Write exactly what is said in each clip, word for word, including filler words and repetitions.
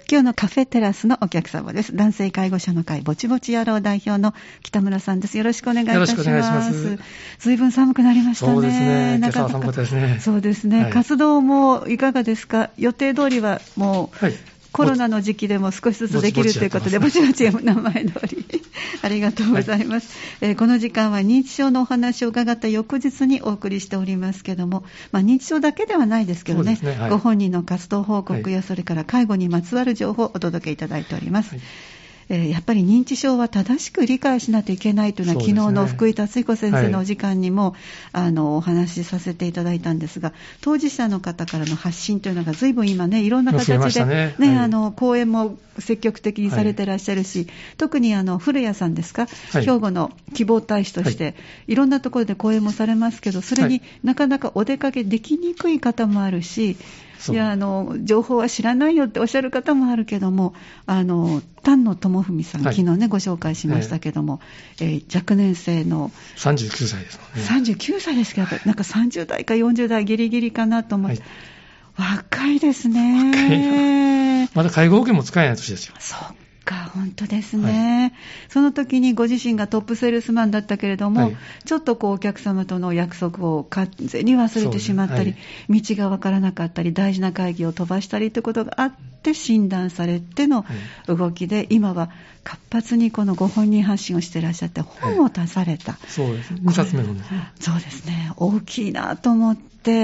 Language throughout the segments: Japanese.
今日のカフェテラスのお客様です。男性介護者の会ぼちぼち野郎代表の北村さんです。よろしくお願いいたします。 よろしくお願いします。 随分寒くなりましたね。 そうですね。 なかなか今朝は寒かったですね。 そうですね、はい、活動もいかがですか？予定通りはもう、はい、コロナの時期でも少しずつできるということで、ぼちぼち名前通りありがとうございます、はい。えー、この時間は認知症のお話を伺った翌日にお送りしておりますけども、まあ、認知症だけではないですけど ね, ね、はい、ご本人の活動報告や、それから介護にまつわる情報をお届けいただいております。はい、えー、やっぱり認知症は正しく理解しなきゃいけないというのは、ね、昨日の福井達彦先生のお時間にも、はい、あのお話しさせていただいたんですが、当事者の方からの発信というのが随分今ね、いろんな形で、ねね、はい、あの講演も積極的にされてらっしゃるし、はい、特にあの古谷さんですか、はい、兵庫の希望大使として、はい、いろんなところで講演もされますけど、それになかなかお出かけできにくい方もあるし、いや、あの情報は知らないよっておっしゃる方もあるけども、あの丹野智文さん、はい、昨日ねご紹介しましたけども、えーえー、若年性のさんじゅうきゅうさいですもんね。 さんじゅうきゅうさいですけど、なんかさんじゅう代かよんじゅう代ギリギリかなと思って、はい、若いですね。 若い。まだ介護保険も使えない年ですよ。 そうか、本当ですね、はい、その時にご自身がトップセールスマンだったけれども、はい、ちょっとこうお客様との約束を完全に忘れてしまったり、はい、道がわからなかったり、大事な会議を飛ばしたりということがあって診断されての動きで、はい、今は活発にこのご本人発信をしていらっしゃって、本を出された、はい、 そうですね、にさつめのですね。 そうですね、大きいなと思って、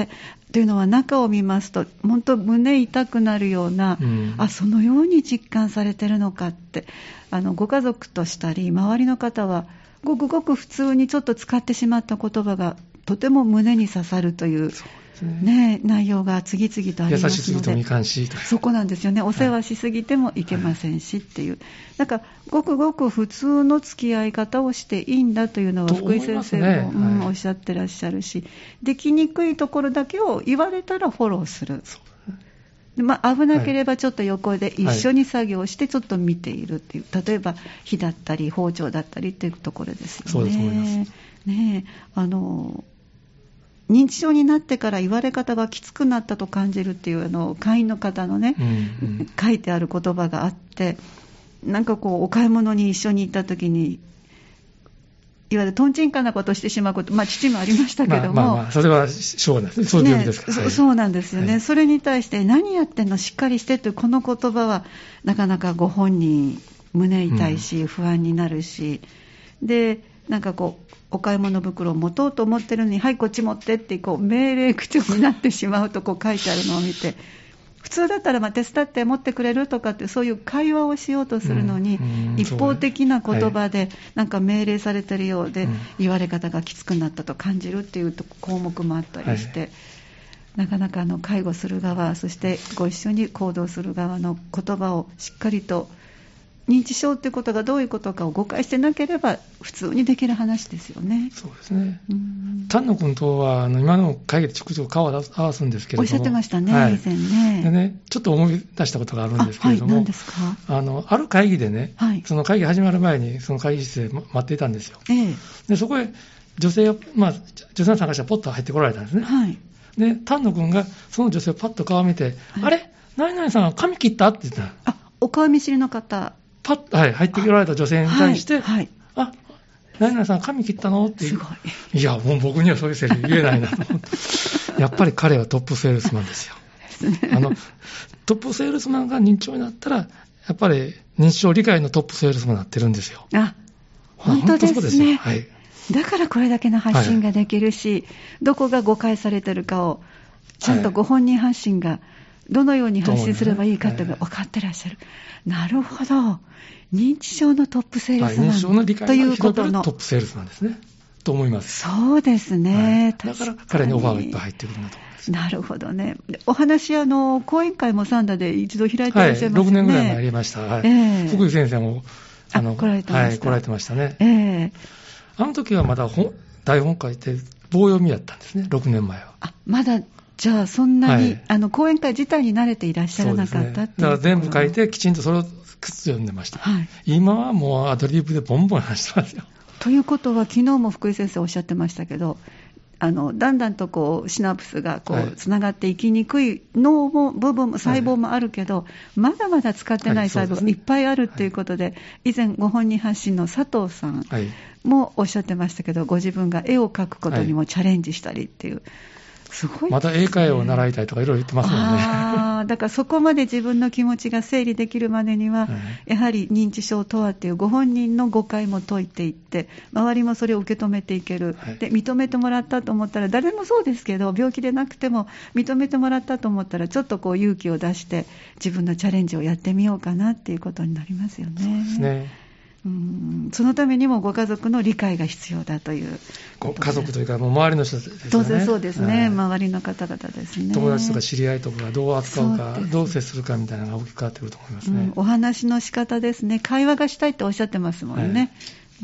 というのは中を見ますと本当胸痛くなるような、うん、あ、そのように実感されているのかって、あのご家族としたり周りの方はごくごく普通にちょっと使ってしまった言葉がとても胸に刺さるという、そうですね、ね、内容が次々とありますので、 優しすぎてもいかんし、 そこなんですよね、お世話しすぎてもいけませんしっていう、はい、だからごくごく普通の付き合い方をしていいんだというのは福井先生も、ね、うん、はい、おっしゃってらっしゃるし、できにくいところだけを言われたらフォローする、で、まあ、危なければちょっと横で一緒に作業してちょっと見ているっていう、はい、例えば火だったり包丁だったりっていうところですよね。 そうです、思います、 ね、あの認知症になってから言われ方がきつくなったと感じるっていうあの会員の方のね、うんうん、書いてある言葉があって、なんかこうお買い物に一緒に行った時にいわゆるトンチンカンなことをしてしまうこと、まあ、父もありましたけども、 まあまあまあ、それはしょうがないです、そういう病気ですから、 ね、 はい、 そうなんですよね、はい、それに対して何やってんのしっかりしてというこの言葉はなかなかご本人胸痛いし、うん、不安になるし、でなんかこうお買い物袋を持とうと思ってるのに、はいこっち持ってってこう命令口調になってしまうとこう書いてあるのを見て、普通だったらまあ手伝って持ってくれるとかってそういう会話をしようとするのに、うんうん、一方的な言葉でなんか命令されてるようで、はい、言われ方がきつくなったと感じるっていう項目もあったりして、はい、なかなかあの介護する側、そしてご一緒に行動する側の言葉をしっかりと、認知症ということがどういうことかを誤解してなければ普通にできる話ですよね。 そうですね。丹野君とはあの今の会議でちょくちょく顔を合わすんですけれども、 おっしゃってましたね、はい、以前ね。 でね、ちょっと思い出したことがあるんですけれども、あ、はい、何ですか？あのある会議でね、はい、その会議始まる前にその会議室で待っていたんですよ。ええ、でそこへ女性、まあ、女性の参加者がポッと入ってこられたんですね。はい、で丹野君がその女性をパッと顔を見て、はい、あれ何々さん髪切ったって言った。 あ、お顔見知りの方。 パッ、はい、入ってこられた女性に対して、はいはい、あ、何々さん髪切ったのっていう。 すごい。 いや、もう僕にはそういうセリフ言えないなと思ってやっぱり彼はトップセールスマンですよ。あのトップセールスマンが認知症になったら、やっぱり認知症理解のトップセールスマンになってるんですよ。 あ、本当ですね。本当そうですよ。 はい。 だからこれだけの発信ができるし、はい、どこが誤解されてるかをちゃんとご本人発信がどのように発信すればいいかというのが分かってらっしゃる。なるほど。認知症のトップセールスマン、はい、認知症の理解が広がるトップセールスマンですね。と思います。 そうですね。 はい、だから彼にオファーがいっぱい入ってくるんだと思います。 なるほどね。お話、あの講演会もサンダで一度開いていらっしゃいますよね。はい、ろくねんぐらい前やりました。はい、えー、福井先生もあのあ来られてました。 はい、来られてましたね。 えー、 あの時はまだ本台本書いて棒読みやったんですね。ろくねんまえは。 あ、まだじゃあそんなに、はい、あの講演会自体に慣れていらっしゃらなかったっていう、ね、 だから全部書いてきちんとそれを読んでました、はい、今はもうアドリブでボンボン話してますよ。 ということは昨日も福井先生おっしゃってましたけど、 あのだんだんとこうシナプスがこうつながっていきにくい脳も部分も細胞もあるけど、はい、まだまだ使ってない細胞がいっぱいあるということで、はい、以前ご本人発信の佐藤さんもおっしゃってましたけど、ご自分が絵を描くことにもチャレンジしたりっていう、すごいですね。 また英会話を習いたいとかいろいろ言ってますもんね。 あだからそこまで自分の気持ちが整理できるまでには、はい、やはり認知症とはっていうご本人の誤解も解いていって、周りもそれを受け止めていける、はい、で認めてもらったと思ったら、誰もそうですけど病気でなくても認めてもらったと思ったら、ちょっとこう勇気を出して自分のチャレンジをやってみようかなっていうことになりますよね。 そうですね。 うん、そのためにもご家族の理解が必要だという。 ご家族というか、もう周りの人ですよね。 当然そうですね、はい、周りの方々ですね。 友達とか知り合いとかがどう扱うか、どう接するかみたいなのが大きく変わってくると思いますね、うん、 お話の仕方ですね。会話がしたいっておっしゃってますもんね、はい、うん、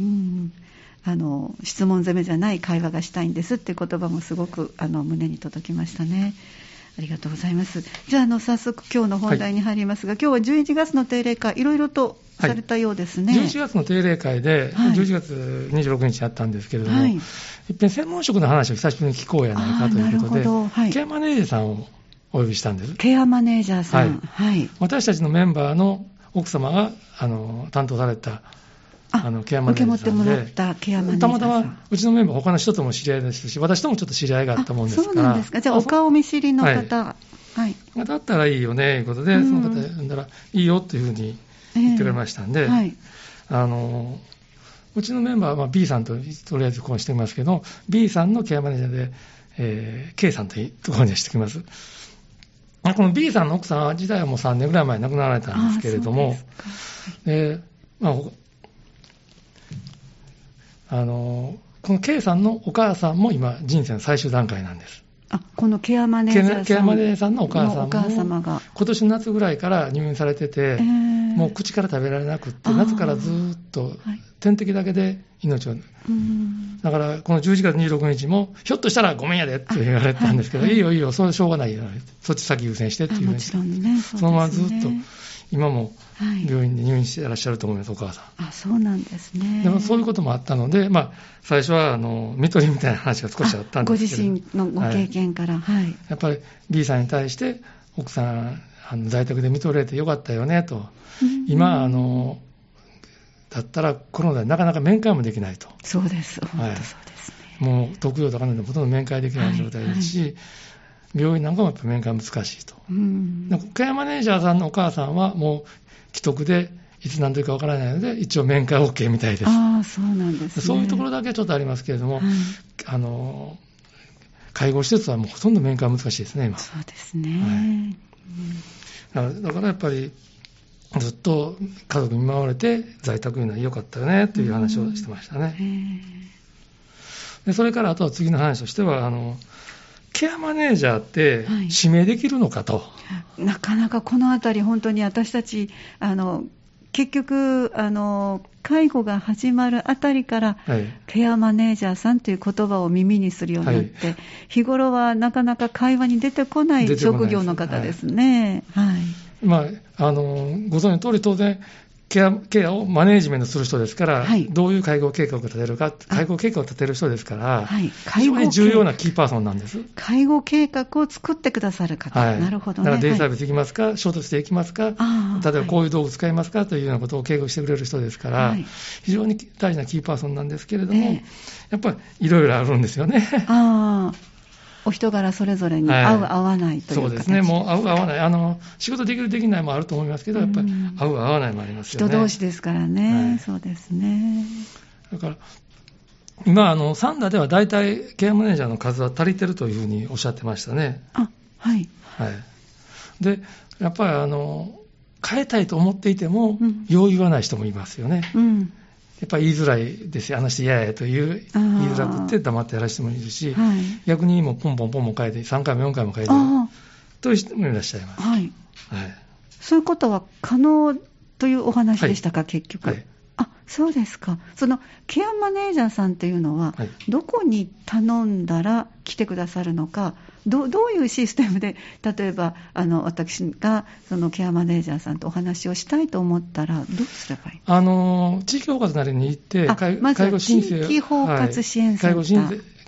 あの質問攻めじゃない会話がしたいんですっていう言葉もすごくあの胸に届きましたね。ありがとうございます。じゃあ、あの早速今日の本題に入りますが、はい、今日はじゅういちがつの定例会、いろいろとされたようですね。 はい、じゅういちがつの定例会で、はい、じゅういちがつにじゅうろくにちあったんですけれども、はい、一遍専門職の話を久しぶりに聞こうやないかということで、はい、ケアマネージャーさんをお呼びしたんです。 ケアマネージャーさん、はいはい、 私たちのメンバーの奥様があの担当されたあのケアマネージャーさんで、受け持ってもらったケアマネージャーさん、たまたまうちのメンバー他の人とも知り合いですし、私ともちょっと知り合いがあったもんですから。 そうなんですか。じゃあお顔見知りの方、はいはい、だったらいいよねということで、うん、その方呼んだらいいよというふうに言ってくれましたんで、えーはい、あのうちのメンバーは、まあ、B さんととりあえずこうしてますけど、 B さんのケアマネージャーで、えー、K さんというところにしてきます。この B さんの奥さん自体はもうさんねんぐらい前に亡くなられたんですけれども、で、まあ、あのこの K さんのお母さんも今人生の最終段階なんです。 あ、このケアマネージャーさん、 ケアマネージャーさんのお母さんもお母様が今年の夏ぐらいから入院されてて、えー、もう口から食べられなくって、夏からずっと点滴だけで命を、はい、だからこのじゅういちがつにじゅうろくにちもひょっとしたらごめんやでって言われたんですけど、はいはい、いいよいいよ、それはしょうがないよ、そっち先優先してっていうふうに、もちろんね、そうですね、そのままずっと今も病院で入院していらっしゃると思います、お母さん。 あ、そうなんですね。 でもそういうこともあったので、まあ、最初はあの看取りみたいな話が少しあったんですけど、 ご自身のご経験から、はいはい、 やっぱり B さんに対して奥さんあの在宅で看取れてよかったよねと、今あのだったらコロナでなかなか面会もできないと。 そうです、本当そうですね、はい、もう特養とかなんでほとんど面会できない状態ですし、はいはい、病院なんかもやっぱ面会難しいと。うん、ケアマネージャーさんのお母さんはもう既得でいつ何時かわからないので一応面会 OK みたいです。 ああ、そうなんですね。 そういうところだけちょっとありますけれども、はい、あの介護施設はもうほとんど面会難しいですね、今。 そうですね、 はい、うん、だからやっぱりずっと家族に見舞われて在宅になりよかったよねという話をしてましたね。でそれからあとは次の話としては、あのケアマネージャーって指名できるのかと、はい、 なかなかこのあたり本当に私たちあの結局あの介護が始まるあたりから、はい、ケアマネージャーさんという言葉を耳にするようになって、はい、日頃はなかなか会話に出てこない職業の方ですね。はいはい、 まあ、あのご存知の通り当然ケア、ケアをマネージメントする人ですから、はい、どういう介護計画を立てるか、介護計画を立てる人ですから、はい、非常に重要なキーパーソンなんです。 介護計画を作ってくださる方、はい、なるほどね。 だからデイサービス行きますか、はい、ショートステイ行きますか、例えばこういう道具使いますかというようなことを計画してくれる人ですから、はい、非常に大事なキーパーソンなんですけれども、えー、やっぱりいろいろあるんですよね。 あお人柄それぞれに合う、はい、合わないという形。 そうですね、もう合う合わない、あの仕事できるできないもあると思いますけど、やっぱり合う合わないもありますよね。 人同士ですからね、はい、そうですね。 だから今あのサンダでは大体ケアマネージャーの数は足りてるというふうにおっしゃってましたね。 あ、はい、 はい、でやっぱりあの変えたいと思っていても、うん、よう言わない人もいますよね。うん、やっぱり言いづらいですよ、話嫌やという言いづらくて黙ってやらせてもいるし、はい、逆にもうポンポンポンも変えてさんかいもよんかいも変えてるという人もいらっしゃいます。はいはい、そういうことは可能というお話でしたか、はい、結局。はい、あ、そうですか。そのケアマネージャーさんというのは、はい、どこに頼んだら来てくださるのか、ど, どういうシステムで、例えばあの私がそのケアマネージャーさんとお話をしたいと思ったらどうすればいい？ あの地域包括なりに行って、 まずは地域包括支援センター、 はい、介護申請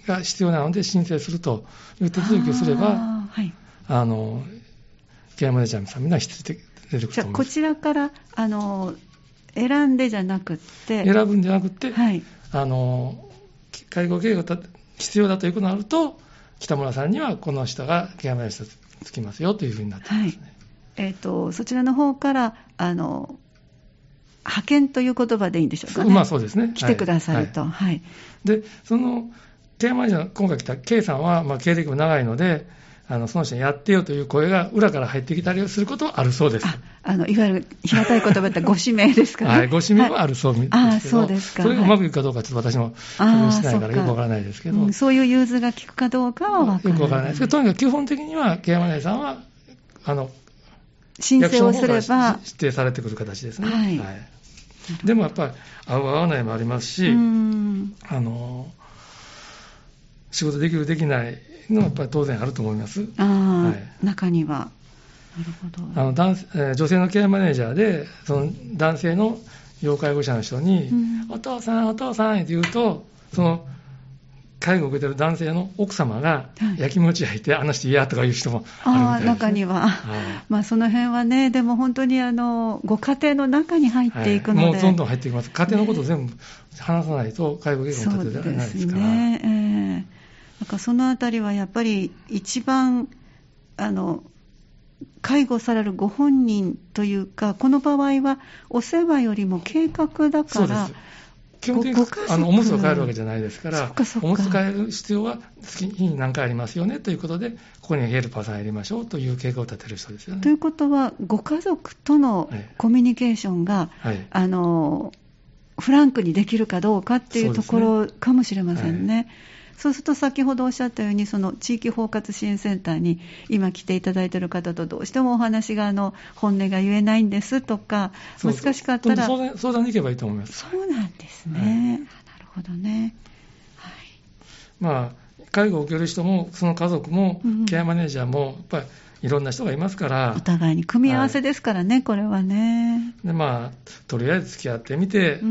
が必要なので申請するという手続きをすれば、あ、はい、あのケアマネージャーさんみんな出て出てくると思います。 じゃあこちらからあの選んでじゃなくて選ぶんじゃなくて、はい、あの介護計画が必要だということになると、北村さんにはこの人がケアマネージャーつきますよというふうになってますね。はい、えーと、そちらの方からあの派遣という言葉でいいんでしょうかね。 まあそうですね。 来てくださいと。はいはい、 で、そのケアマネージャー、今回来た K さんは、まあ、経歴も長いので、あのその人にやってよという声が裏から入ってきたりすることはあるそうです。 ああのいわゆる平たい言葉だったらご指名ですかね。 はい、ご指名はあるそうですけど、 はい、あそうですか。 それがうまくいくかどうかちょっと私も確認してないからよくわからないですけど、 うん、そういう融通が効くかどうかは分からない。 よくわからないですけど、とにかく基本的にはケアマネージャーさんはあの申請をすれば指定されてくる形ですね。 はいはい、でもやっぱり合う合わないもありますし、うんあの仕事できるできないのはやっぱり当然あると思います。 あ、はい、中にはなるほど。 あの男、えー、女性のケアマネージャーでその男性の要介護者の人に、うん、お父さんお父さんって言うと、その介護を受けてる男性の奥様がやきもち焼いて、はい、あの人嫌とかいう人もあるみたいです、ね、 あ中には、はい、まあ、その辺はね、でも本当にあのご家庭の中に入っていくので、はい、 もうどんどん入っていきます。家庭のことを全部話さないと介護計画も立てられないですから。そうですね、えー、 なんかそのあたりはやっぱり一番あの介護されるご本人というか、この場合はお世話よりも計画だから、 基本的にあのおむつを変えるわけじゃないですから、おむつ変える必要は月に何回ありますよねということで、ここにヘルパーさん入れましょうという計画を立てる人ですよね。 ということは、ご家族とのコミュニケーションが、はい、あのフランクにできるかどうかっていうところかもしれませんね。そうすると先ほどおっしゃったように、その地域包括支援センターに今来ていただいている方とどうしてもお話があの本音が言えないんですとか、難しかったら相談、相談に行けばいいと思います。 そうなんですね、はい、なるほどね、はい、 まあ、介護を受ける人もその家族も、うん、ケアマネージャーもやっぱりいろんな人がいますから、 お互いに組み合わせですからね、はい、これはね。 で、まあ、とりあえず付き合ってみて、うん、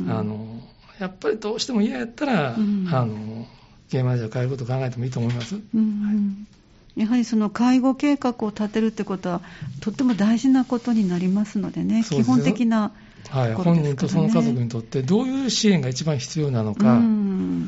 あのやっぱりどうしても嫌やったら、うん、あのケアマネージャーを変えることを考えてもいいと思います。うん、 はい、やはりその介護計画を立てるってことはとっても大事なことになりますのでね、基本的な、 はい、本人とその家族にとってどういう支援が一番必要なのか、うん、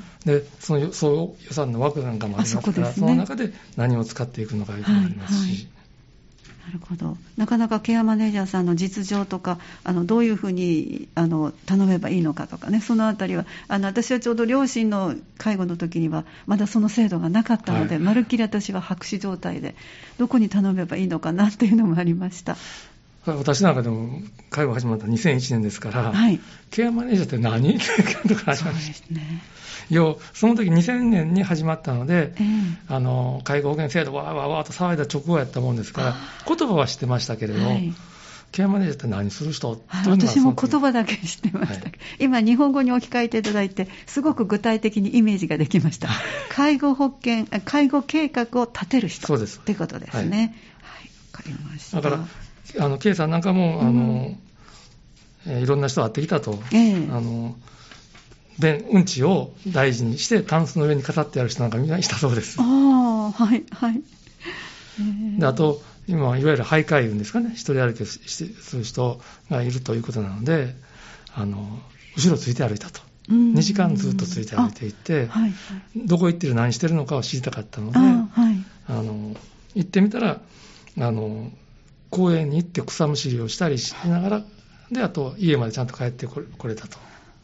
でそのそう予算の枠なんかもありますから、 そ, その中で何を使っていくのかというのもありますし、はいはい、 なるほど。なかなかケアマネージャーさんの実情とか、あのどういうふうにあの頼めばいいのかとかね、そのあたりはあの私はちょうど両親の介護の時にはまだその制度がなかったので、はい、まるっきり私は白紙状態でどこに頼めばいいのかなっていうのもありました。 私なんかでも介護始まったにせんいちねんですから、はい、ケアマネージャーって何っていうところが始まりました。そうですね。よその時にせんねんに始まったので、えー、あの介護保険制度わーわーわーと騒いだ直後やったもんですから、言葉は知ってましたけれど、はい、ケアマネージャーって何する人、 はい、私も言葉だけ知ってました、はい、今日本語に置き換えていただいてすごく具体的にイメージができました。介護保険介護計画を立てる人ということですね。はい、わかりました。 だからあの K さんなんかも、うん、あのえー、いろんな人会ってきたと、えー、あの便うんちを大事にしてタンスの上に飾ってある人なんかみんなしたそうです。 ああ、はいはい。 えー、であと今いわゆる徘徊運ですかね、一人歩きをする人がいるということなので、あの後ろついて歩いたと、にじかんずっとついて歩いていって、はいはい、どこ行ってる何してるのかを知りたかったので、あ、はい、あの行ってみたらあの公園に行って草むしりをしたりしながらで、あと家までちゃんと帰ってこ れ, これたと。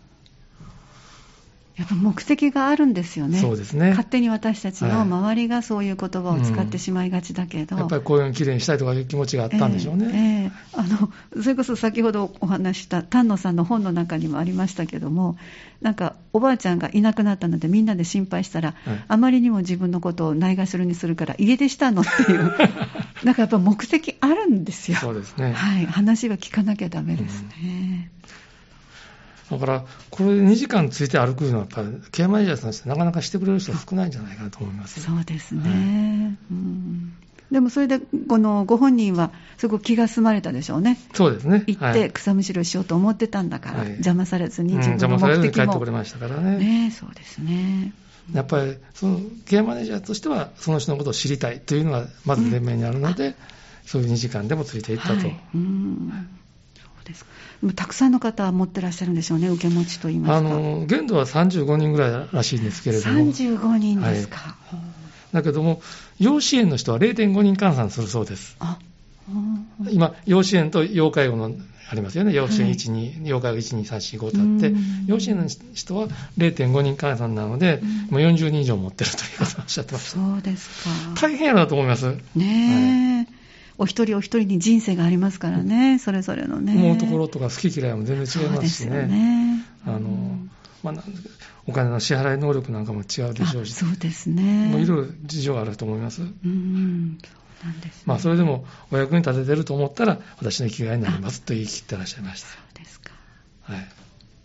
やっぱ目的があるんですよね。 そうですね。 勝手に私たちの周りがそういう言葉を使ってしまいがちだけど、 うん、やっぱり公園をきれいにしたいとかいう気持ちがあったんでしょうね。 えーえー、あのそれこそ先ほどお話した丹野さんの本の中にもありましたけども、なんかおばあちゃんがいなくなったのでみんなで心配したら、はい、あまりにも自分のことをないがしろにするから家出したのっていうなんかやっぱ目的あるんですよ。 そうですね。 はい、話は聞かなきゃダメですね。 うん、だからこれでにじかんついて歩くのはやっぱりケアマネージャーさんとしてなかなかしてくれる人は少ないんじゃないかなと思います。 そうですね、はい、うん、でもそれでこのご本人はすごく気が済まれたでしょうね。 そうですね。 行って草むしりをしようと思ってたんだから、はい、邪魔されずに自分の目的も、 うん、邪魔されずに帰ってこれましたからね。 ね、そうですね。 やっぱりそのケアマネージャーとしてはその人のことを知りたいというのがまず前面にあるので、うん、そういうにじかんでもついていったと、はい、 うん、そうですか。たくさんの方は持ってらっしゃるんでしょうね、受け持ちといいますか。 あの限度はさんじゅうごにんぐらいらしいんですけれども。 さんじゅうごにんですか、はい、 だけども要支援の人は れいてんごにん換算するそうです。あ、今要支援と要介護のありますよね。要支援いち、に、要介護いち、に、さん、よん、ごとあって、要支援の人は れいてんごにん換算なので、もうよんじゅうにん以上持ってるということをおっしゃってました。 そうですか。 大変やなと思います。 ねえ、はい、お一人お一人に人生がありますからね、それぞれのね。 思うところとか好き嫌いも全然違いますしね。そうですよね。あの、まあ、お金の支払い能力なんかも違うでしょうし。 そうですね。 もういろいろ事情があると思います。うん。 なんですね、 まあ、それでもお役に立ててると思ったら私の生きがいになりますと言い切ってらっしゃいました。 そうですか、 はい、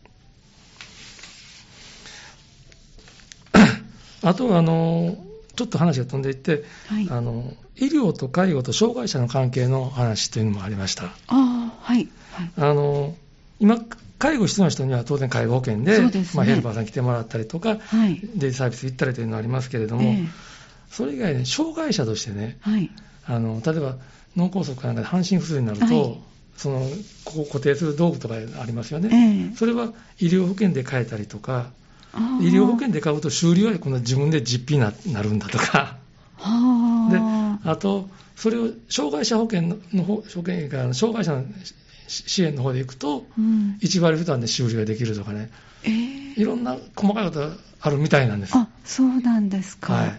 あとはあのちょっと話が飛んでいって、はい、あの医療と介護と障害者の関係の話というのもありました。 あ、はいはい、 あの今介護必要な人には当然介護保険 で, で、ね、まあ、ヘルパーさん来てもらったりとか、はい、デイサービス行ったりというのがありますけれども、えー、それ以外に障害者としてね、はい、あの例えば脳梗塞かなんかで半身不随になると、はい、そのここを固定する道具とかありますよね、えー、それは医療保険で買えたりとか、医療保険で買うと修理はこの自分で実費になるんだとか、あであとそれを障害者保険の方保険から障害者の支援の方でいくと、うん、いち割負担で修理ができるとかね、えー、いろんな細かいことがあるみたいなんです。 あ、そうなんですか、はい、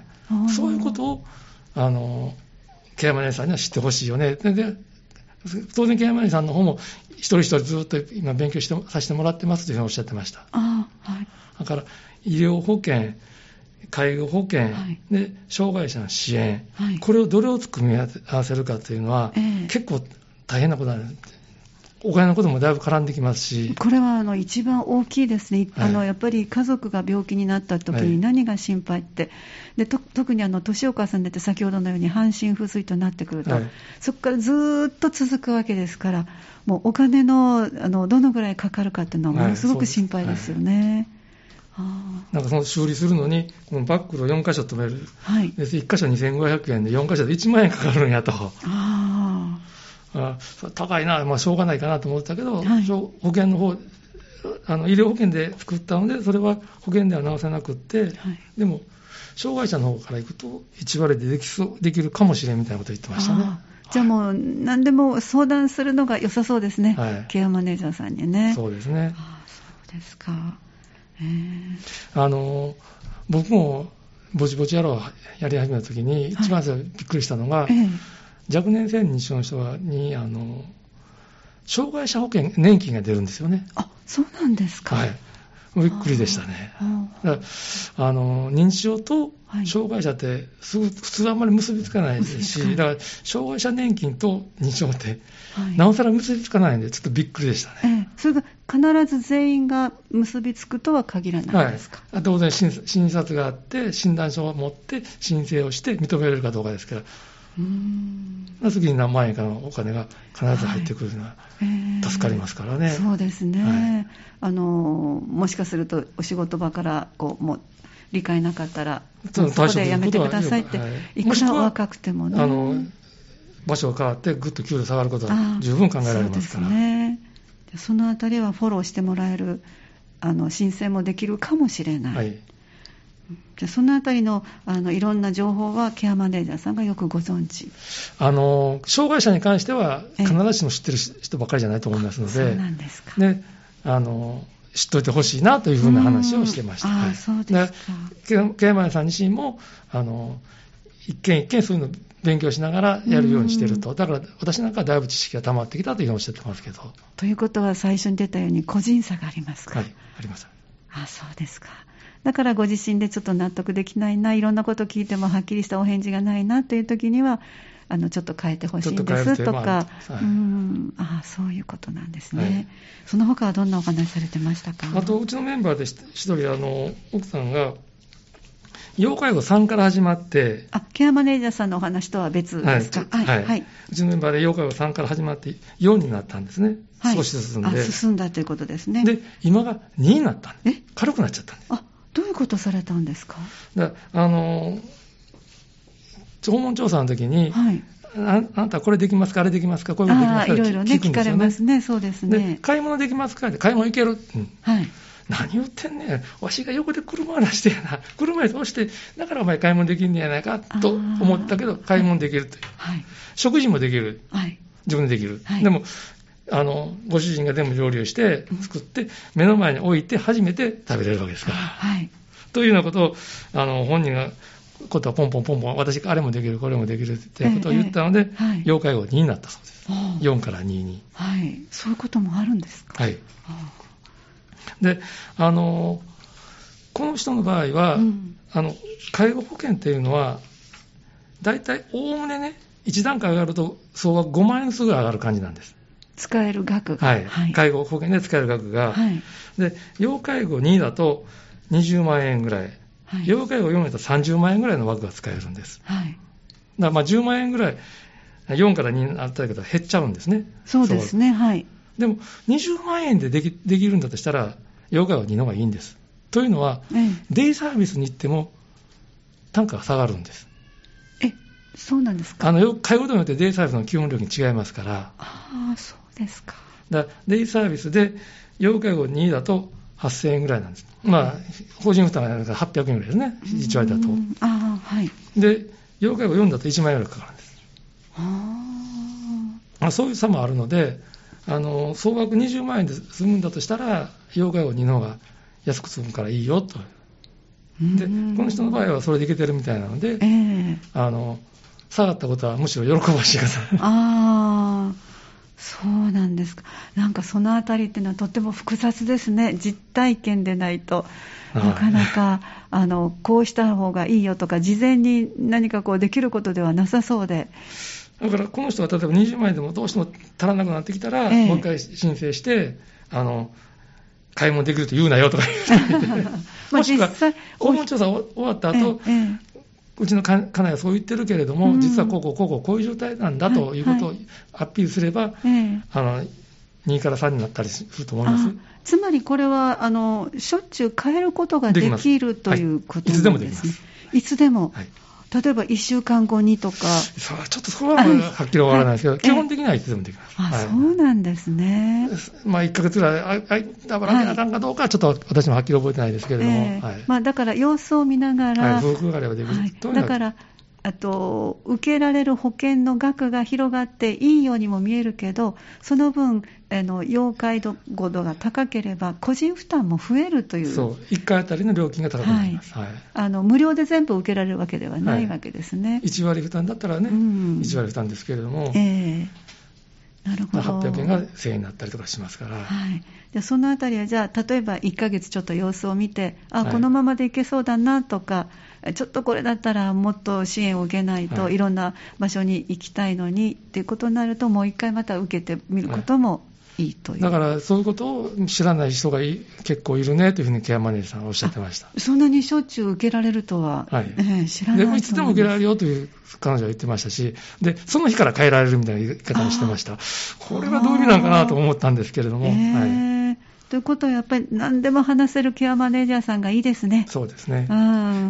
そういうことをあのケアマネーさんには知ってほしいよね。でで当然ケアマネーさんの方も一人一人ずっと今勉強してさせてもらってますというふうにおっしゃってました。あ、はい、だから医療保険、介護保険、はい、で障害者の支援、はい、これをどれを組み合わせるかというのは、えー、結構大変なことなんです。お金のこともだいぶ絡んできますし、 これはあの一番大きいですね、はい、あのやっぱり家族が病気になった時に何が心配って、はい、でと特にあの年を重ねて先ほどのように半身不随となってくると、はい、そこからずっと続くわけですから、もうお金 の, あのどのぐらいかかるかっていうのはものすごく心配ですよね。はい、 なんかその修理するのにこのバックルをよんか所止める、はい、でいっか所にせんごひゃくえんでよんか所でいちまんえんかかるんやと。ああ、高いな、まあ、しょうがないかなと思ったけど、はい、保険の方あの医療保険で作ったのでそれは保険では直せなくって、はい、でも障害者の方からいくといち割でできそうできるかもしれんみたいなことを言ってましたね。 じゃあもう何でも相談するのが良さそうですね、はい、ケアマネージャーさんにね。 そうですね。 ああ、そうですか。えー、あの僕もぼちぼちやろうやり始めた時に一番最初びっくりしたのが、はい、えー若年性認知症の人にあの障害者保険年金が出るんですよね。 あ、そうなんですか。 はい、びっくりでしたね。だからあの認知症と障害者ってすぐ普通はあんまり結びつかないですし、だから障害者年金と認知症って、はい、なおさら結びつかないんでちょっとびっくりでしたね。 ええ、それが必ず全員が結びつくとは限らないですか。 はい、当然診察があって診断書を持って申請をして認められるかどうかですから、うーん、次に何万円かのお金が必ず入ってくるのは助かりますからね。はい、 そうですね。はい、あのもしかするとお仕事場からこうもう理解なかったらそこでやめてくださいって、はい、いくら若くてもね、あの場所が変わってぐっと給料下がることは十分考えられますから。 そうですね。そのあたりはフォローしてもらえるあの申請もできるかもしれない。はい、じゃそのあたり の, あのいろんな情報はケアマネージャーさんがよくご存知。 あの障害者に関しては必ずしも知ってる人ばかりじゃないと思いますので、そうなんですか。 であの知っといてほしいなというふうな話をしてました。 あ、はい、そうですか。 ケアマネさん自身もあの一件一件そういうのを勉強しながらやるようにしていると。だから私なんかはだいぶ知識が溜まってきたというふうにおっしゃってますけど。 ということは最初に出たように個人差がありますか。 はい、あります。 あ、そうですか。だからご自身でちょっと納得できないな、いろんなこと聞いてもはっきりしたお返事がないなという時にはあのちょっと変えてほしいんですとか、はい、うん、あ、そういうことなんですね。はい、その他はどんなお話されてましたか。 あとうちのメンバーで一人あの奥さんが要介護さんから始まって、 あ、ケアマネージャーさんのお話とは別ですか。 はい、はいはい、うちのメンバーで要介護さんから始まってよんになったんですね。はい、少し進んで。 あ、進んだということですね。 で今がにになったんです。軽くなっちゃったんです。 あ、 どういうことされたんですか？ だあの訪問調査の時に、はい、あ, あなたこれできますか、あれできますか、こういうことできますか、 いろいろね、聞かれますね。そうですね。 で買い物できますかって、買い物行ける、うん、はい、何言ってんねん、わしが横で車を出してやな、車椅子押して、だからお前買い物できんねやないかと思ったけど、買い物できるという、はい、食事もできる、はい、自分でできる、はい、でもあのご主人が全部料理をして作って、うん、目の前に置いて初めて食べれるわけですから、はい、というようなことをあの本人がことはポンポンポンポン、私あれもできるこれもできるっていうことを言ったので、ええはい、要介護にになったそうです。よんからにに、 はい、そういうこともあるんですか？ はい。で、あのこの人の場合は、うん、あの介護保険っていうのはだいたいおおむねねいち段階上がると総額ごまん円すぐ上がる感じなんです。 使える額が、 はいはい、介護保険で使える額が、はい、で要介護にだとにじゅうまん円ぐらい、はい、要介護よんだとさんじゅうまん円ぐらいの枠が使えるんです。はい、だからまあじゅうまん円ぐらいよんからにになったけど減っちゃうんですね。 そうですね、はい。 でもにじゅうまん円ででき、できるんだとしたら要介護にの方がいいんです。というのは、ええ、デイサービスに行っても単価が下がるんです。 え、そうなんですか？ あの介護度によってデイサービスの基本料金違いますから。 ああ、そうですか。 だからデイサービスで要介護にだとはっせんえんぐらいなんです。まあ法人負担がはっぴゃくえんぐらいですね、いち割だと。 ああ、はい。 で要介護よんだといちまん円ぐらいかかるんです。ああ、そういう差もあるので、あの総額にじゅうまん円で済むんだとしたら要介護にの方が安く済むからいいよと。でこの人の場合はそれでいけてるみたいなので、えー、あの下がったことはむしろ喜ばしい方。 ああ、そうなんですか。なんかそのあたりっていうのはとっても複雑ですね。実体験でないとなかなかあのこうした方がいいよとか事前に何かこうできることではなさそうで。 だからこの人は例えばにじゅうまん円でもどうしても足らなくなってきたら、えー、もう一回申請してあの買い物できると言うなよとか言ってもしくは訪問調査終わった後、ええ、うちの家内はそう言ってるけれども、うん、実はこうこうこうこうこういう状態なんだということをアピールすれば、はいはい、あのにからさんになったりすると思います。 つまりこれはあのしょっちゅう変えることができるということなんですね。はい、いつでもできます。いつでも、はい、例えばいっしゅうかんごにとか。 そう、ちょっとそこははっきりわからないですけど、はい、基本的にはいつでもできます。 あ、はい、そうなんですね。 まあ、いっかげつぐらい、あ、あ、だから、あかんかどうかはちょっと私もはっきり覚えてないですけれども。えーはい、 まあ、だから様子を見ながら。 はい、不服があればできる。はい、 だから、あと受けられる保険の額が広がっていいようにも見えるけど、その分あの要介護度が高ければ個人負担も増えるという。 そう、いっかいあたりの料金が高くなります。はいはい、 あの無料で全部受けられるわけではないわけですね。はい、 いち割負担だったらね、うん、いち割負担ですけれども、えー、なるほど。 はっぴゃくえんがせんえんになったりとかしますから。はい、 じゃあそのあたりはじゃあ例えばいっかげつちょっと様子を見て、あ、このままでいけそうだなとか、ちょっとこれだったらもっと支援を受けないと、はい、いろんな場所に行きたいのにっていうことになると、もう一回また受けてみることもいいという、 はい、だからそういうことを知らない人がい結構いるねというふうにケアマネージャーさんがおっしゃってました。 そんなにしょっちゅう受けられるとは、はい、えー、知らないと思います。でもいつでも受けられるよという彼女は言ってましたし、でその日から変えられるみたいな言い方もしてました。これはどういう意味なのかなと思ったんですけれども、えーはい、ということはやっぱり何でも話せるケアマネージャーさんがいいですね。 そうですね。 うん、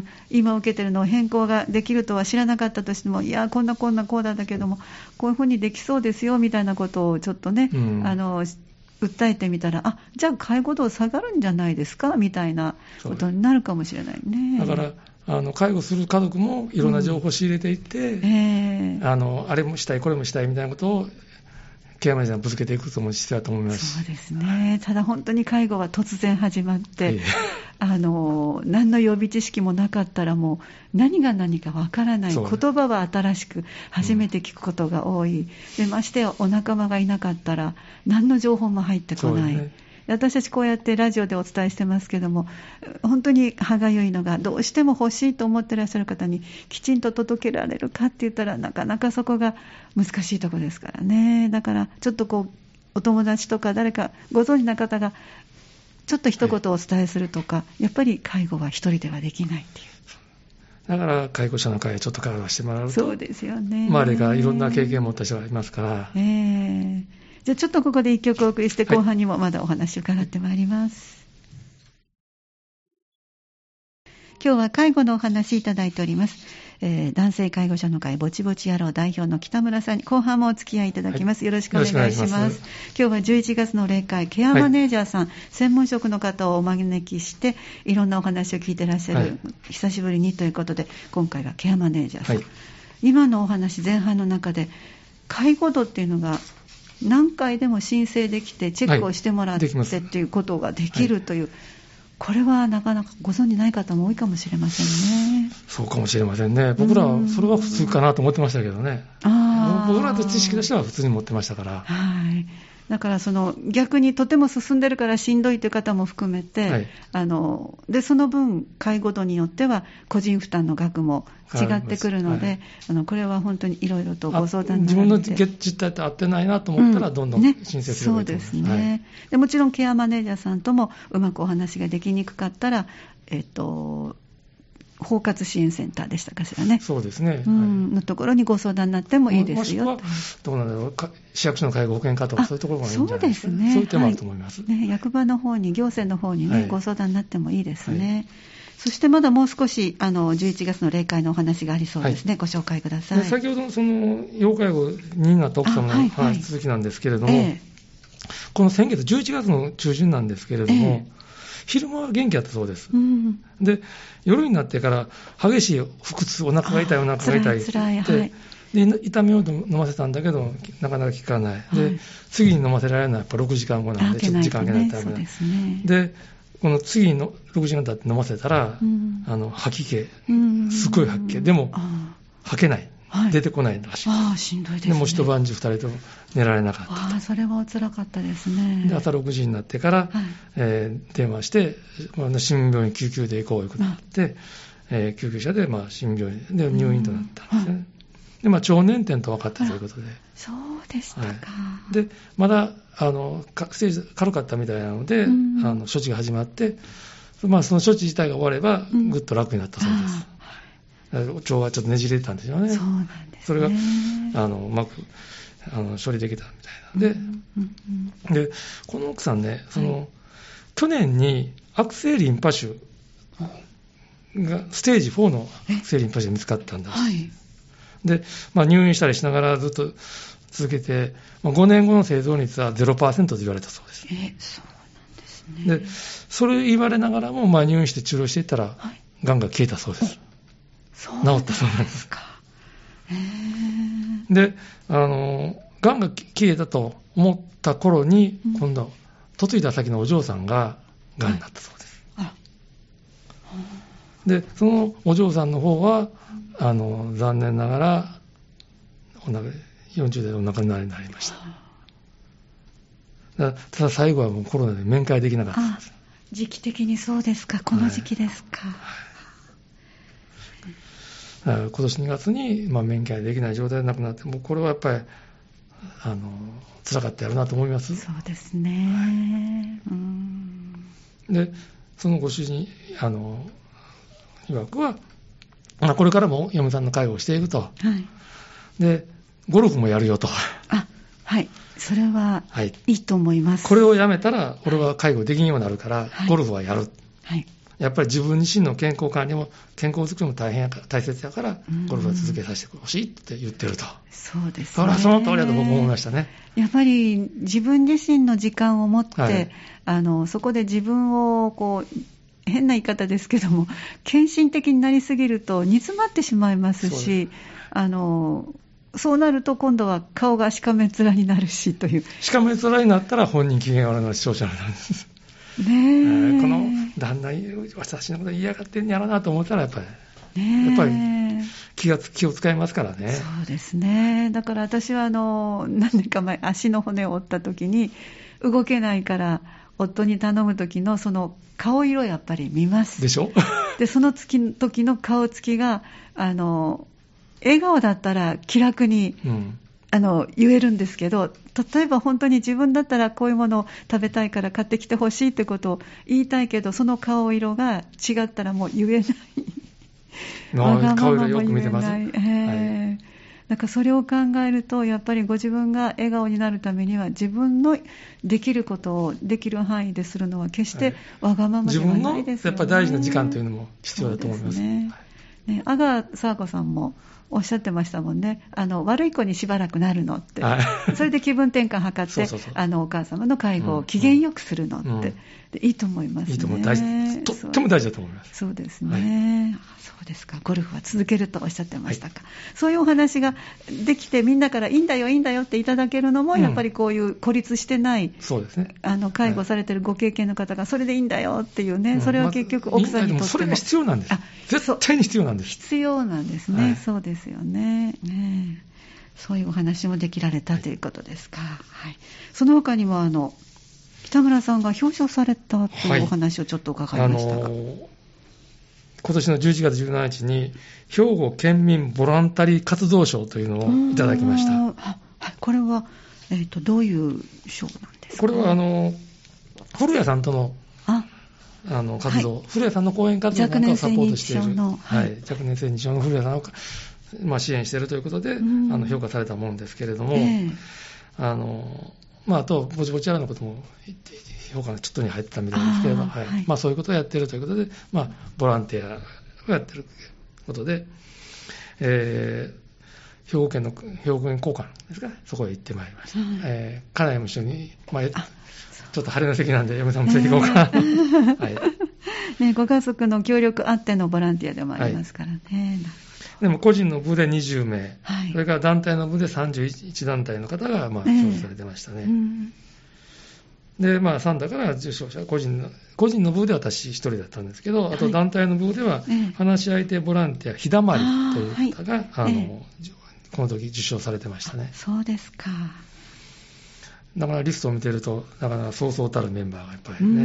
今受けてるのを変更ができるとは知らなかったとしても、いやこんなこんなこうだったけどもこういうふうにできそうですよみたいなことをちょっとね、うん、あの訴えてみたら、あ、じゃあ介護度下がるんじゃないですかみたいなことになるかもしれないね。 だからあの介護する家族もいろんな情報を仕入れていって、うん、えー、あのあれもしたいこれもしたいみたいなことをケアマネージャーにぶつけていくとも必要だと思います。 そうですね。ただ本当に介護は突然始まって、あの何の予備知識もなかったらもう何が何かわからない、言葉は新しく初めて聞くことが多い、うん、でましてやお仲間がいなかったら何の情報も入ってこない。私たちこうやってラジオでお伝えしてますけども、本当に歯がゆいのが、どうしても欲しいと思ってらっしゃる方にきちんと届けられるかって言ったらなかなかそこが難しいところですからね。だからちょっとこうお友達とか誰かご存知な方がちょっと一言お伝えするとか、はい、やっぱり介護は一人ではできないっていう。 だから介護者の会ちょっと関わしてもらうと、 そうですよね。 周りがいろんな経験を持った人がいますから、 えーじゃあちょっとここで一曲お送りして、後半にもまだお話を伺ってまいります。 今日は介護のお話いただいております。えー、男性介護者の会ぼちぼち野郎代表の北村さんに後半もお付き合いいただきます、はい、よろしくお願いします。ます今日はじゅういちがつの例会ケアマネージャーさん、はい、専門職の方をお招きしていろんなお話を聞いてらっしゃる、はい、久しぶりにということで今回はケアマネージャーさん、はい、今のお話前半の中で介護度っていうのが何回でも申請できてチェックをしてもらって、はい、っていうことができるという、はい、これはなかなかご存じない方も多いかもしれませんね。 そうかもしれませんね。僕らはそれは普通かなと思ってましたけどね。あ僕らと知識としては普通に持ってましたから。 はい。だからその逆にとても進んでるからしんどいという方も含めて、はい、あのでその分介護度によっては個人負担の額も違ってくるので、はい、あのこれは本当にいろいろとご相談になられて、 自分の実態と合ってないなと思ったらどんどん申請すればいいと思います。 うんね、そうですね、はい、でもちろんケアマネージャーさんともうまくお話ができにくかったら、えっと包括支援センターでしたかしらね。 そうですね、 うん、はい、のところにご相談になってもいいですよ。 もしくはどうなんだろう、市役所の介護保険課とかそういうところがいいんじゃないですか。そうですね。そういう手もあると思います。 はいね、役場の方に行政の方にね、はい、ご相談になってもいいですね。はい、そしてまだもう少しあのじゅういちがつの例会のお話がありそうですね。はい、ご紹介ください。 先ほどのその要介護になった奥様の話、はいはい、続きなんですけれども、えー、この先月じゅういちがつの中旬なんですけれども。えー昼間は元気だったそうです、うん、で夜になってから激しい腹痛、お腹が痛いお腹が痛いって言って、はい、で痛みを飲ませたんだけどなかなか効かない、はい、で次に飲ませられるのはやっぱろくじかんごなんでちょっと時間空けないとダメなんですね。でこの次のろくじかん経って飲ませたら、うん、あの吐き気、うん、すごい吐き気でも吐けない、はい、出てこないらしい。 ああ、しんどいですね。 でも一晩中ふたりとも寝られなかった。 ああ、それはお辛かったですね。 で朝ろくじになってから、はい、えー、電話して、まあ、市民病院救急で行こうということになって、えー、救急車で、まあ、市民病院で入院となったんですね。はい、で、まあ、腸粘点と分かったということで。 そうでしたか。はい、 で、まだあのステージ軽かったみたいなので、うん、あの処置が始まって、まあ、その処置自体が終われば、ぐっと楽になったそうです。うん、腸はちょっとねじれてたんですよね。 そうなんですね。 それがあのうまくあの処理できたみたいな。で、うんうんうん、でこの奥さんね、その、はい、去年に悪性リンパ腫がステージフォーの悪性リンパ腫が見つかったんです。はい、で、まあ、入院したりしながらずっと続けて、まあ、ごねんごの生存率は ゼロパーセント と言われたそうです。 え、そうなんですね。 で、それ言われながらも、まあ、入院して治療していったら、はい、がんが消えたそうです。 そう治ったそうなんです。へで、あの、がんが消えたと思った頃に、うん、今度、嫁いだ先のお嬢さんががんになったそうです。はい、で、そのお嬢さんの方は、あの、残念ながら、お亡よんじゅう代でお亡くなりになりました。だただ最後はもうコロナで面会できなかったんです。 時期的にそうですか、この時期ですか。はいはい、今年にがつに、まあ、面会できない状態で亡くなって、もうこれはやっぱりあの辛かったやろうなと思います。 そうですね。はい、うん、 で、そのご主人あの曰くは、まあ、これからも嫁さんの介護をしていくと、はい、でゴルフもやるよと。 あ、はい、それはいいと思います。 これをやめたら俺は介護できんようになるから、はい、ゴルフはやる。はい、やっぱり自分自身の健康管理も健康づくりも大変やから大切だからゴルフは続けさせてほしいって言ってると。 そうですね。 それはその通りだと僕も思いましたね。 やっぱり自分自身の時間を持って、はい、あのそこで自分をこう変な言い方ですけども献身的になりすぎると煮詰まってしまいますし、あのそうなると今度は顔がしかめ面になるしという。しかめ面になったら本人機嫌が悪いのは視聴者なんです。ねえ、この旦那私のこと嫌がってんやろうなと思ったらやっぱり、ね、やっぱり気が気を使いますからね。 そうですね。だから私はあの何年か前足の骨を折った時に動けないから夫に頼む時のその顔色やっぱり見ますでしょ。 でその時の顔つきがあの笑顔だったら気楽に、うん、あの言えるんですけど、例えば本当に自分だったらこういうものを食べたいから買ってきてほしいってことを言いたいけどその顔色が違ったらもう言えない。 顔色よく見てます。えーはい、 だからそれを考えると、やっぱりご自分が笑顔になるためには、自分のできることをできる範囲でするのは決してわがままではないですよね。 自分のやっぱり大事な時間というのも必要だと思います。 ね、ね、阿川佐和子さんもおっしゃってましたもんね。あの悪い子にしばらくなるのって、はい、それで気分転換図ってそうそうそう、あのお母様の介護を機嫌よくするのって、うんうん、でいいと思いますね。 いいと思う、大事、とっても大事だと思います。 そうですね、はい、そうですか。ゴルフは続けるとおっしゃってましたか、はい、そういうお話ができて、みんなからいいんだよいいんだよっていただけるのも、うん、やっぱりこういう孤立してない、 そうですね、 あの介護されているご経験の方がそれでいいんだよっていうね、うん、それは結局奥さんにとっても、 ま、それが必要なんです。絶対に必要なんです。 必要なんですね、はい、そうですよね。ね、そういうお話もできられたということですか、はい、その他にもあの北村さんが表彰されたというお話をちょっと伺いましたが、はい、あのー、 今年のじゅういちがつじゅうしちにちに兵庫県民ボランタリー活動賞というのをいただきました。 はい、これは、えーと、どういう賞なんですか。 これはあの古谷さんとのああの活動、はい、古谷さんの講演活動なんかをサポートしている、はい、若年性認知症の古谷さんをまあ、支援しているということで、うん、あの評価されたものですけれども、えー、あのまあ、あとぼちぼちやらのことも評価のちょっとに入ってたみたいですけれども、はい、はい、まあ、そういうことをやっているということで、まあ、ボランティアをやっているということで、えー、兵庫県の兵庫県交換ですかね、そこへ行ってまいりました。うん、えー、家内も一緒に、まあ、ちょっと晴れの席なんで嫁さんも連れて行こうかな、えーはいね、ご家族の協力あってのボランティアでもありますからね、はい、 でも個人の部でにじゅうめい、はい、それから団体の部でさんじゅういちだんたいの方がまあ表彰されてましたね、えーうん、で、まあ、さんだから受賞者、個人の個人の部で私一人だったんですけど、あと団体の部では話し相手ボランティア日だまりという方が、はい、あの、えー、この時受賞されてましたね。 そうですか。 だからリストを見てると、なかなかそうそうたるメンバーがやっぱりね、うん、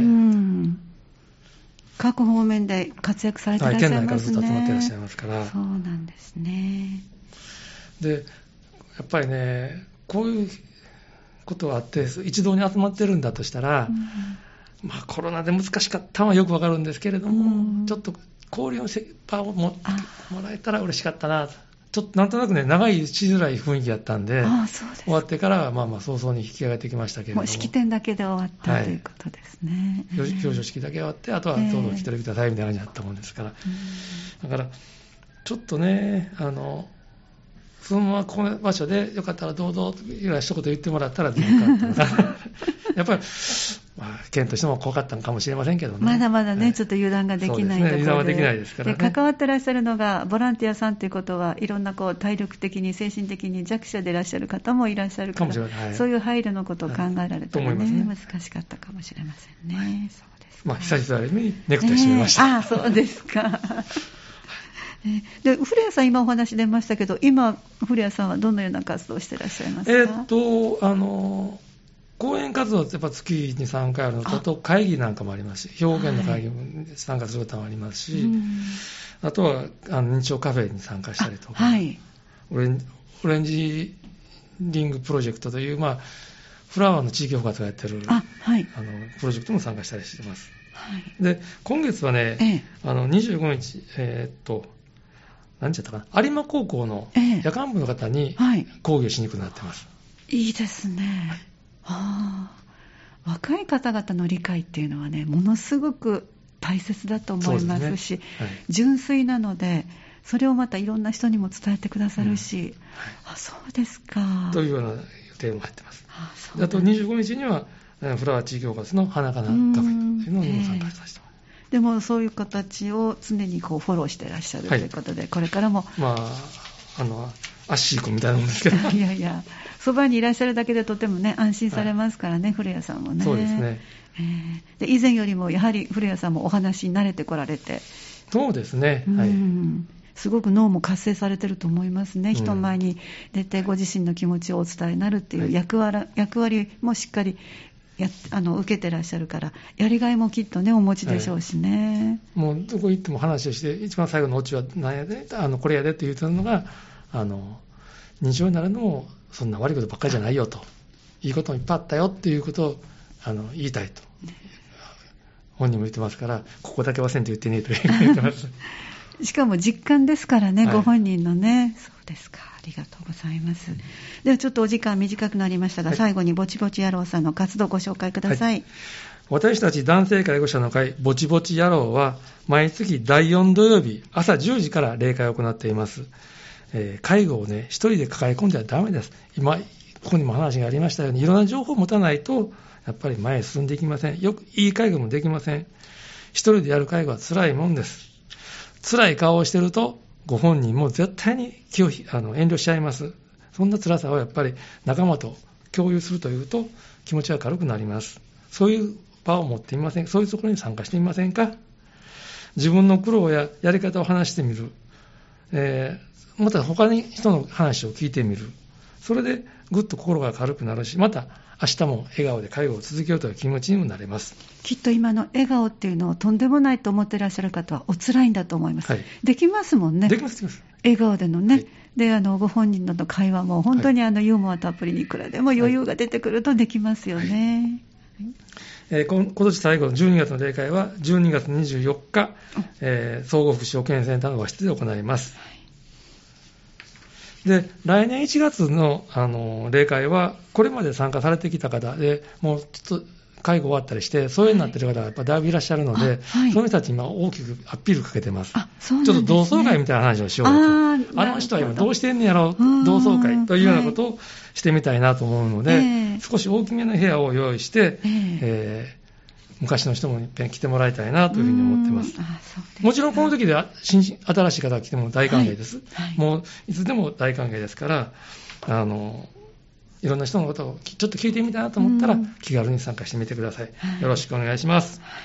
各方面で活躍されていらっしゃいますね。 県内からずっと集まっていらっしゃいますから。 そうなんですね。 で、やっぱりね、こういうことがあって一堂に集まってるんだとしたら、うん、まあ、コロナで難しかったのはよくわかるんですけれども、うん、ちょっと交流の場をももらえたら嬉しかったな、ちょっとなんとなくね、長いしづらい雰囲気だったんで、ああ、そうです。終わってからはまあまあ早々に引き上げてきましたけれども、 もう式典だけで終わった、はい、ということですね。 表彰式だけ終わって、あとはどうぞ来てくださいみたいな感じだったもんですから、えー、だからちょっとね、あのそのままこの場所でよかったらどうぞぐらい一言言ってもらったらどうかったのかやっぱり、まあ、県としても怖かったのかもしれませんけどね。 まだまだね、はい、ちょっと油断ができないところで、 油断はできないですからね。 で、関わってらっしゃるのがボランティアさんということは、いろんなこう体力的に精神的に弱者でいらっしゃる方もいらっしゃるから、かもしれない、はい、そういう配慮のことを考えられたら ね,、はい、ね難しかったかもしれませんね、はい、そうですか。 まあ、久々にネクタイ締めました、 えー、ああ、そうですかで、古谷さん今お話出ましたけど、今古谷さんはどのような活動をしていらっしゃいますか。 えー、っとあの講演活動ってやっぱ月にさんかいあるのと、あと会議なんかもありますし、兵庫県の会議に参加することもありますし、はい、あとはあの認知症カフェに参加したりとか、はい、オレンジ、オレンジリングプロジェクトという、まあ、フラワーの地域包括がやってるあ、はい、あのプロジェクトも参加したりしています、はい、で今月はね、ええ、あのにじゅうごにち、えー、っと何ちゃったかな、有馬高校の夜間部の方に講義をしに行くようになってます、 ええ、はい、いいですね、はい、あ、若い方々の理解っていうのはね、ものすごく大切だと思いますし、す、ね、はい、純粋なので、それをまたいろんな人にも伝えてくださるし、うん、はい、あ、そうですか。 というような予定も入ってます。ああ、そう、あとにじゅうごにちにはフラワー地域包括の花かなカフェというのにも参加させてもらいます。 でもそういう形を常にこうフォローしていらっしゃるということで、はい、これからも、 まあ、あのアッシー君みたいなもんですけどいやいや、そばにいらっしゃるだけでとてもね、安心されますからね、はい、古谷さんもね。 そうですね、 えー、で以前よりもやはり古谷さんもお話に慣れてこられて。 そうですね、はい、うん、 すごく脳も活性されてると思いますね、うん、人前に出てご自身の気持ちをお伝えになるっていう役割、はい、役割もしっかりやあの受けてらっしゃるから、やりがいもきっとねお持ちでしょうしね、 はい、もうどこ行っても話をして、一番最後のオチは何やで、あのこれやでって言うてるのが、あの認知症になるのもそんな悪いことばっかりじゃないよと、いいこともいっぱいあったよっていうことをあの言いたいと本人も言ってますから、ここだけはせんと言ってねえと言ってますしかも実感ですからね、はい、ご本人のね。そうですか、ありがとうございます。ではちょっとお時間短くなりましたが、はい、最後にぼちぼち野郎さんの活動をご紹介ください。はい、 私たち男性介護者の会ぼちぼち野郎は毎月だいよん土曜日朝じゅうじから例会を行っています。えー、介護をね一人で抱え込んではダメです。今ここにも話がありましたように、いろんな情報を持たないとやっぱり前へ進んでいきません。よくいい介護もできません。一人でやる介護は辛いもんです。辛い顔をしているとご本人も絶対に気をあの遠慮しちゃいます。そんな辛さをやっぱり仲間と共有するというと気持ちが軽くなります。そういう場を持ってみませんか。そういうところに参加してみませんか。自分の苦労ややり方を話してみる、えー、また他に人の話を聞いてみる。それでぐっと心が軽くなるし、また明日も笑顔で介護を続けようという気持ちにもなれます。 きっと今の笑顔っていうのをとんでもないと思っていらっしゃる方はお辛いんだと思います。はい、できますもんね。 できます、できます。 笑顔でのね。はい、であのご本人の会話も本当にあのユーモアたっぷりにいくらでも余裕が出てくるとできますよね。はいはい、 えー、今年最後のじゅうにがつの例会はじゅうにがつにじゅうよっか、えー、総合福祉保健センターの和室で行います。はい、で来年いちがつ の, あの例会はこれまで参加されてきた方でもうちょっと介護終わったりしてそういうになっている方がやっぱだいぶいらっしゃるので、はい、その人たち今大きくアピールかけてます。あ、そうなんですね。ちょっと同窓会みたいな話をしようと。 あ, あの人は今どうしてんねやろう、同窓会というようなことをしてみたいなと思うので、はい、少し大きめの部屋を用意して、えーえー昔の人もいっぺん来てもらいたいなというふうに思ってます。あ、そうですか。もちろんこの時で新新しい方が来ても大歓迎です。はいはい、もういつでも大歓迎ですから、あのいろんな人のことをちょっと聞いてみたいなと思ったら気軽に参加してみてください。はい、よろしくお願いします。はい、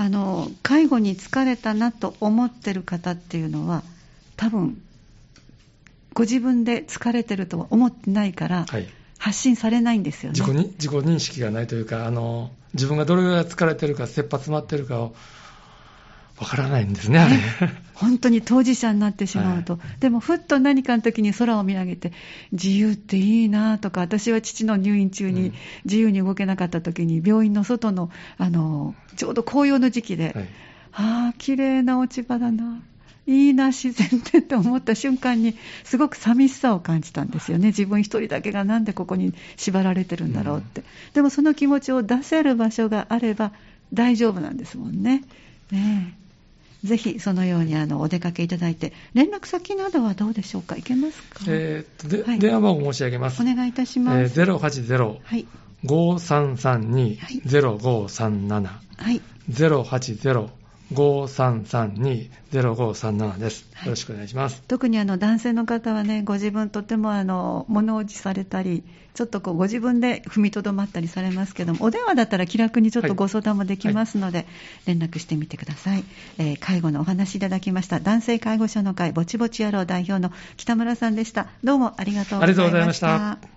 あの介護に疲れたなと思ってる方っていうのは多分ご自分で疲れてるとは思ってないから、はい、発信されないんですよね。 自己に自己認識がないというか、あの自分がどれぐらい疲れてるか切羽詰まってるかをわからないんですね、あれ。 本当に当事者になってしまうと、はい、でもふっと何かの時に空を見上げて自由っていいなとか、私は父の入院中に自由に動けなかった時に病院の外の、あのちょうど紅葉の時期で、はい、ああ綺麗な落ち葉だな、いいな自然ってって思った瞬間にすごく寂しさを感じたんですよね。自分一人だけがなんでここに縛られてるんだろうって、うん、でもその気持ちを出せる場所があれば大丈夫なんですもんね。ねえ、ぜひそのようにあのお出かけいただいて、連絡先などはどうでしょうか。いけますか。 えー、っとで、はい、電話番号申し上げます。 お願いいたします。えー、 ゼロはちゼロ ごさんさんに ゼロごさんなな、はい、ゼロはちゼロ ごさんさんに ゼロごさんなな です。よろしくお願いします。はい、 特にあの男性の方はね、ご自分とてもあの物おじされたり、ちょっとこうご自分で踏みとどまったりされますけども、お電話だったら気楽にちょっとご相談もできますので、はい、連絡してみてください。えー、介護のお話いただきました男性介護者の会ぼちぼち野郎代表の北村さんでした。どうもありがとうございました。ありがとうございました。